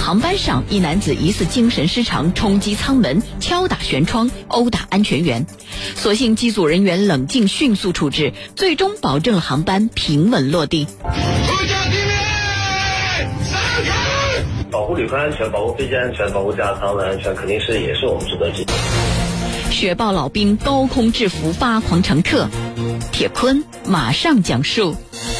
航班上，一男子疑似精神失常，冲击舱门，敲打舷窗，殴打安全员。所幸机组人员冷静迅速处置，最终保证了航班平稳落地。 保护旅客安全，保护飞机安全，保护驾舱的安全，肯定也是我们职责之一。 雪豹老兵高空制服发狂乘客，铁坤马上讲述。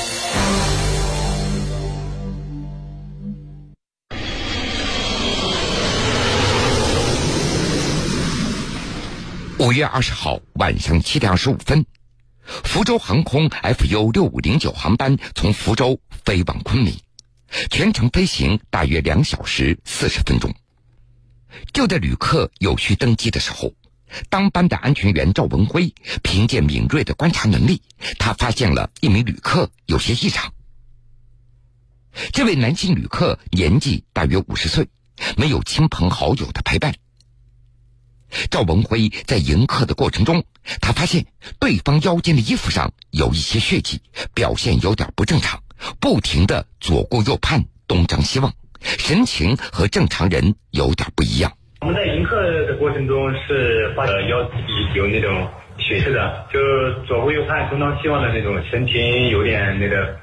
5月20号晚上7点25分，福州航空 FU6509 航班从福州飞往昆明，全程飞行大约2小时40分钟。就在旅客有序登机的时候，当班的安全员赵文辉凭借敏锐的观察能力，他发现了一名旅客有些异常。这位男性旅客年纪大约50岁，没有亲朋好友的陪伴。赵文辉在迎客的过程中，他发现对方腰间的衣服上有一些血迹，表现有点不正常，不停地左顾右盼，东张西望，神情和正常人有点不一样。 我们在迎客的过程中是发现腰有那种血迹的，就左顾右盼，东张西望的那种神情，有点那个。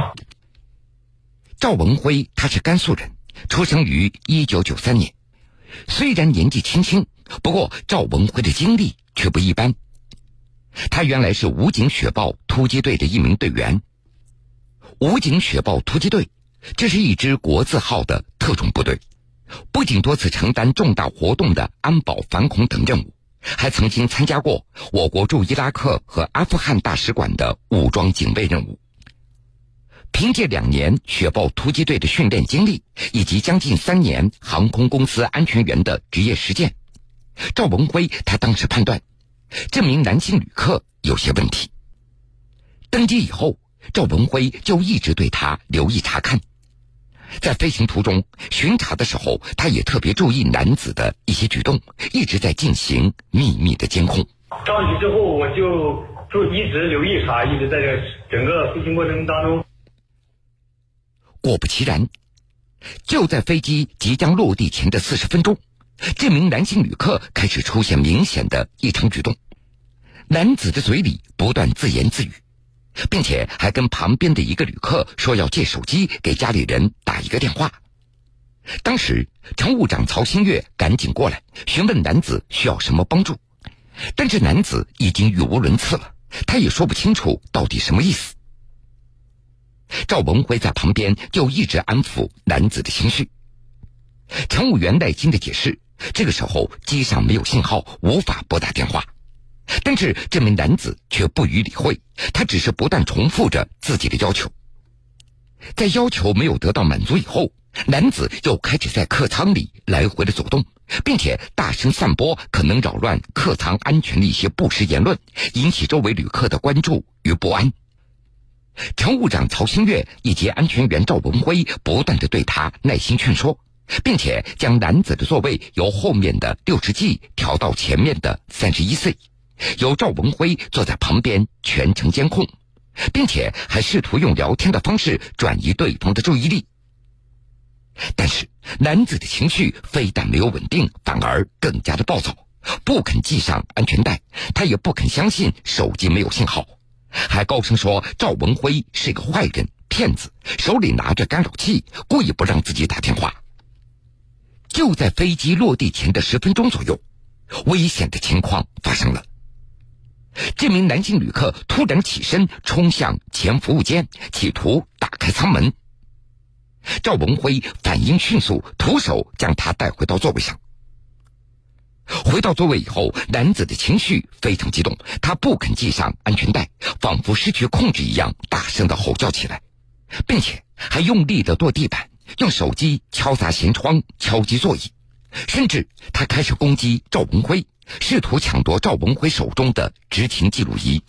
赵文辉他是甘肃人，出生于1993年。虽然年纪轻轻，不过赵文辉的经历却不一般。他原来是武警雪豹突击队的一名队员。武警雪豹突击队，这是一支国字号的特种部队，不仅多次承担重大活动的安保反恐等任务，还曾经参加过我国驻伊拉克和阿富汗大使馆的武装警卫任务。凭借2年雪豹突击队的训练经历，以及将近3年航空公司安全员的职业实践，赵文辉他当时判断这名男性旅客有些问题。登机以后，赵文辉就一直对他留意查看。在飞行途中巡查的时候，他也特别注意男子的一些举动，一直在进行秘密的监控。 上去之后，我就一直留意查，一直在这整个飞行过程当中。 果不其然，就在飞机即将落地前的40分钟，这名男性旅客开始出现明显的异常举动。男子的嘴里不断自言自语，并且还跟旁边的一个旅客说要借手机给家里人打一个电话。当时乘务长曹新月赶紧过来询问男子需要什么帮助，但是男子已经语无伦次了，他也说不清楚到底什么意思。赵文辉在旁边就一直安抚男子的情绪。乘务员耐心的解释，这个时候机上没有信号，无法拨打电话。但是这名男子却不予理会，他只是不断重复着自己的要求。在要求没有得到满足以后，男子又开始在客舱里来回的走动，并且大声散播可能扰乱客舱安全的一些不实言论，引起周围旅客的关注与不安。乘务长曹新月以及安全员赵文辉不断地对他耐心劝说，并且将男子的座位由后面的60G调到前面的31C，由赵文辉坐在旁边全程监控，并且还试图用聊天的方式转移对方的注意力。但是男子的情绪非但没有稳定，反而更加的暴躁，不肯系上安全带，他也不肯相信手机没有信号，还高声说赵文辉是个坏人骗子，手里拿着干扰器，故意不让自己打电话。就在飞机落地前的10分钟左右，危险的情况发生了。这名男性旅客突然起身冲向前服务间，企图打开舱门。赵文辉反应迅速，徒手将他带回到座位上。回到座位以后，男子的情绪非常激动，他不肯系上安全带，仿佛失去控制一样，大声地吼叫起来，并且还用力地跺地板，用手机敲砸舷窗，敲击座椅，甚至他开始攻击赵文辉，试图抢夺赵文辉手中的执勤记录仪。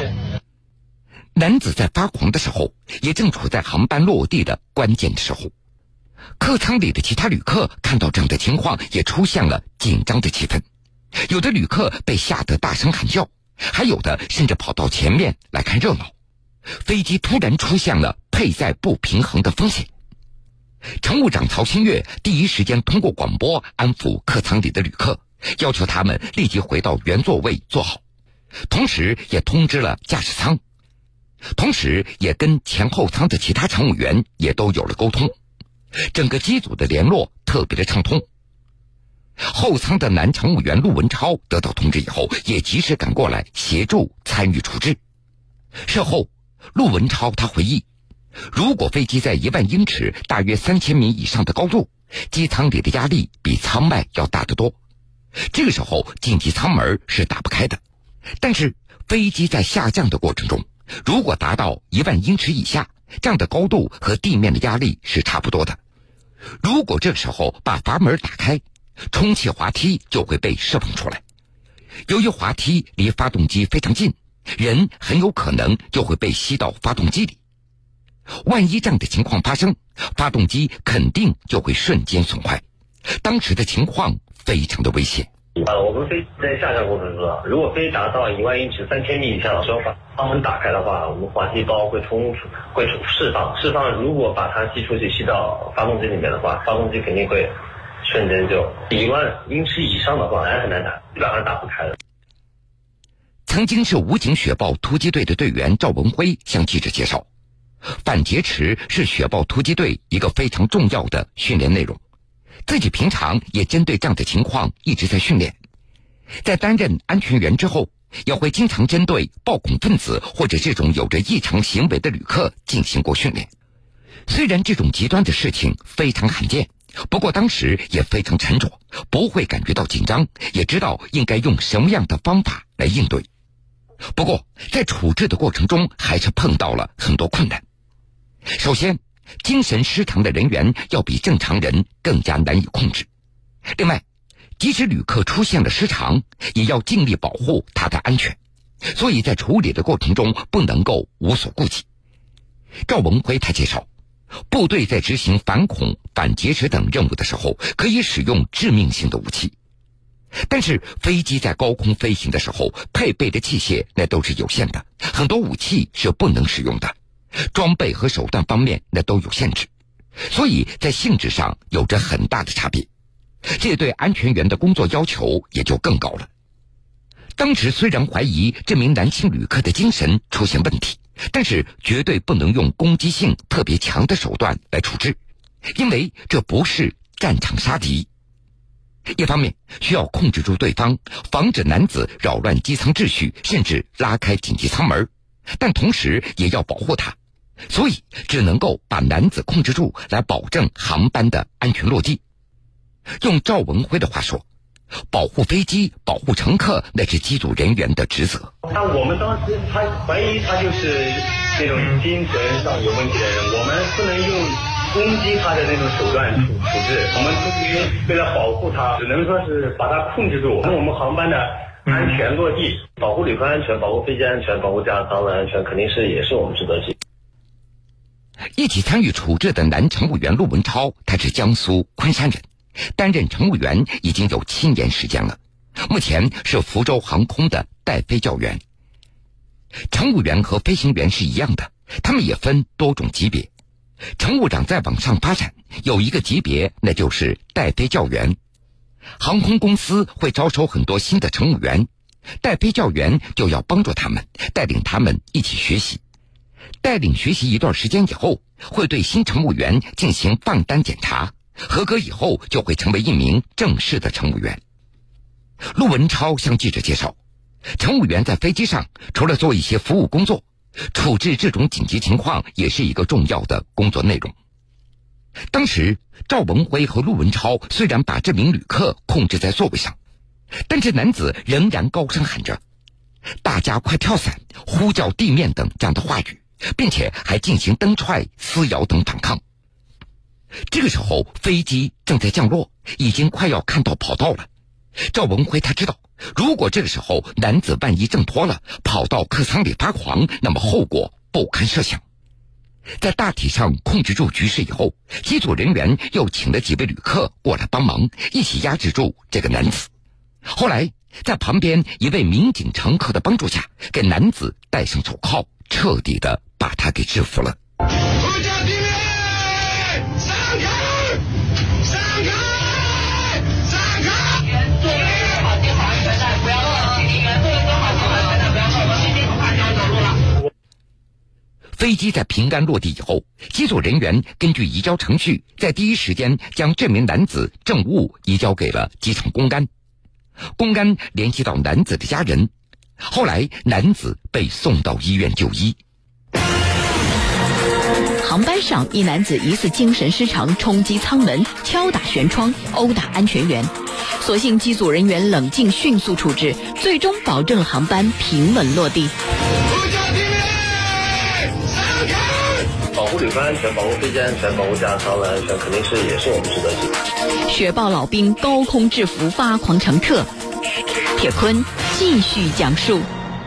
男子在发狂的时候，也正处在航班落地的关键的时候。 客舱里的其他旅客看到这样的情况，也出现了紧张的气氛。有的旅客被吓得大声喊叫，还有的甚至跑到前面来看热闹。飞机突然出现了配载不平衡的风险。乘务长曹新月第一时间通过广播安抚客舱里的旅客，要求他们立即回到原座位坐好，同时也通知了驾驶舱，同时也跟前后舱的其他乘务员也都有了沟通，整个机组的联络特别的畅通。后舱的男乘务员陆文超得到通知以后，也及时赶过来协助参与处置。事后，陆文超他回忆，如果飞机在1万英尺大约3000米以上的高度，机舱里的压力比舱外要大得多，这个时候紧急舱门是打不开的。但是飞机在下降的过程中，如果达到1万英尺以下，这样的高度和地面的压力是差不多的。如果这个时候把阀门打开，充气滑梯就会被释放出来。由于滑梯离发动机非常近，人很有可能就会被吸到发动机里。万一这样的情况发生，发动机肯定就会瞬间损坏。当时的情况非常的危险。 我们飞在下降过程中，如果飞达到1万英尺3000米以下的时候，阀门打开的话，我们滑梯包会释放。如果把它吸出去，吸到发动机里面的话，发动机肯定会瞬间就1万英尺以上的话，很难打，基本上打不开的。 曾经是武警雪豹突击队的队员赵文辉向记者介绍，反劫持是雪豹突击队一个非常重要的训练内容，自己平常也针对这样的情况一直在训练。在担任安全员之后，也会经常针对暴恐分子或者这种有着异常行为的旅客进行过训练。虽然这种极端的事情非常罕见，不过当时也非常沉着，不会感觉到紧张，也知道应该用什么样的方法来应对。不过在处置的过程中还是碰到了很多困难。首先，精神失常的人员要比正常人更加难以控制。另外，即使旅客出现了失常，也要尽力保护他的安全，所以在处理的过程中不能够无所顾忌。赵文辉他介绍，部队在执行反恐、反劫持等任务的时候，可以使用致命性的武器，但是飞机在高空飞行的时候，配备的器械那都是有限的，很多武器是不能使用的，装备和手段方面那都有限制，所以在性质上有着很大的差别，这对安全员的工作要求也就更高了。当时虽然怀疑这名男性旅客的精神出现问题，但是绝对不能用攻击性特别强的手段来处置，因为这不是战场杀敌。一方面需要控制住对方，防止男子扰乱机舱秩序，甚至拉开紧急舱门，但同时也要保护他，所以只能够把男子控制住，来保证航班的安全落地。用赵文辉的话说，保护飞机、保护乘客，那是机组人员的职责。 那我们当时怀疑他就是那种精神上有问题的人，我们不能用攻击他的那种手段处置，我们为了保护他，只能说是把他控制住，让我们航班的安全落地，保护旅客安全、保护飞机安全、保护驾驶舱的安全，肯定是也是我们职责之一。 一起参与处置的男乘务员陆文超，他是江苏昆山人，担任乘务员已经有7年时间了，目前是福州航空的带飞教员。乘务员和飞行员是一样的，他们也分多种级别。乘务长再往上发展，有一个级别，那就是带飞教员。航空公司会招收很多新的乘务员，带飞教员就要帮助他们，带领他们一起学习。带领学习一段时间以后，会对新乘务员进行放单检查，合格以后就会成为一名正式的乘务员。陆文超向记者介绍，乘务员在飞机上除了做一些服务工作，处置这种紧急情况也是一个重要的工作内容。当时赵文辉和陆文超虽然把这名旅客控制在座位上，但这男子仍然高声喊着大家快跳伞、呼叫地面等这样的话语，并且还进行蹬踹、撕咬等反抗。这个时候飞机正在降落，已经快要看到跑道了。赵文辉他知道，如果这个时候男子万一挣脱了，跑到客舱里发狂，那么后果不堪设想。 在大体上控制住局势以后，机组人员又请了几位旅客过来帮忙，一起压制住这个男子。后来在旁边一位民警乘客的帮助下，给男子戴上手铐，彻底的把他给制服了。飞机在平安落地以后，机组人员根据移交程序，在第一时间将这名男子证物移交给了机场公安。公安联系到男子的家人，后来男子被送到医院就医。 航班上，一男子疑似精神失常，冲击舱门，敲打舷窗，殴打安全员。所幸机组人员冷静迅速处置，最终保证了航班平稳落地。 保护旅客安全，保护飞机安全，保护驾驶舱的安全，肯定是也是我们职责之一。 雪豹老兵高空制服发狂乘客，铁坤继续讲述。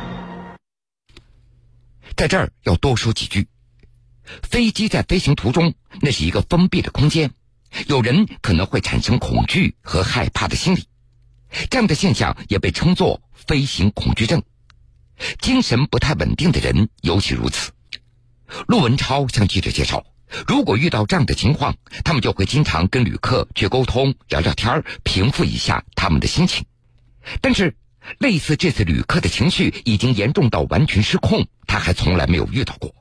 在这儿要多说几句。飞机在飞行途中，那是一个封闭的空间，有人可能会产生恐惧和害怕的心理，这样的现象也被称作飞行恐惧症。精神不太稳定的人尤其如此。陆文超向记者介绍，如果遇到这样的情况，他们就会经常跟旅客去沟通，聊聊天，平复一下他们的心情。但是类似这次旅客的情绪已经严重到完全失控，他还从来没有遇到过。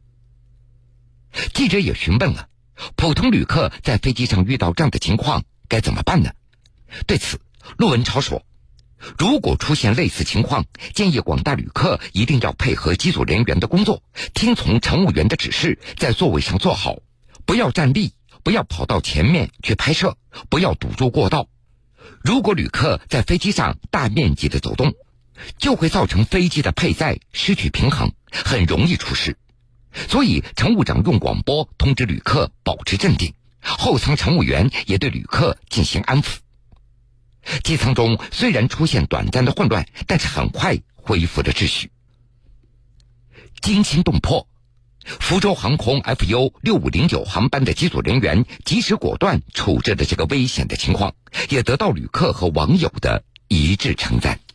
记者也询问了，普通旅客在飞机上遇到这样的情况该怎么办呢？对此，陆文超说，如果出现类似情况，建议广大旅客一定要配合机组人员的工作，听从乘务员的指示，在座位上坐好，不要站立，不要跑到前面去拍摄，不要堵住过道。如果旅客在飞机上大面积的走动，就会造成飞机的配载失去平衡，很容易出事。所以乘务长用广播通知旅客保持镇定，后舱乘务员也对旅客进行安抚。机舱中虽然出现短暂的混乱，但是很快恢复了秩序。惊心动魄，福州航空 FU6509 航班的机组人员及时果断处置的这个危险的情况，也得到旅客和网友的一致称赞。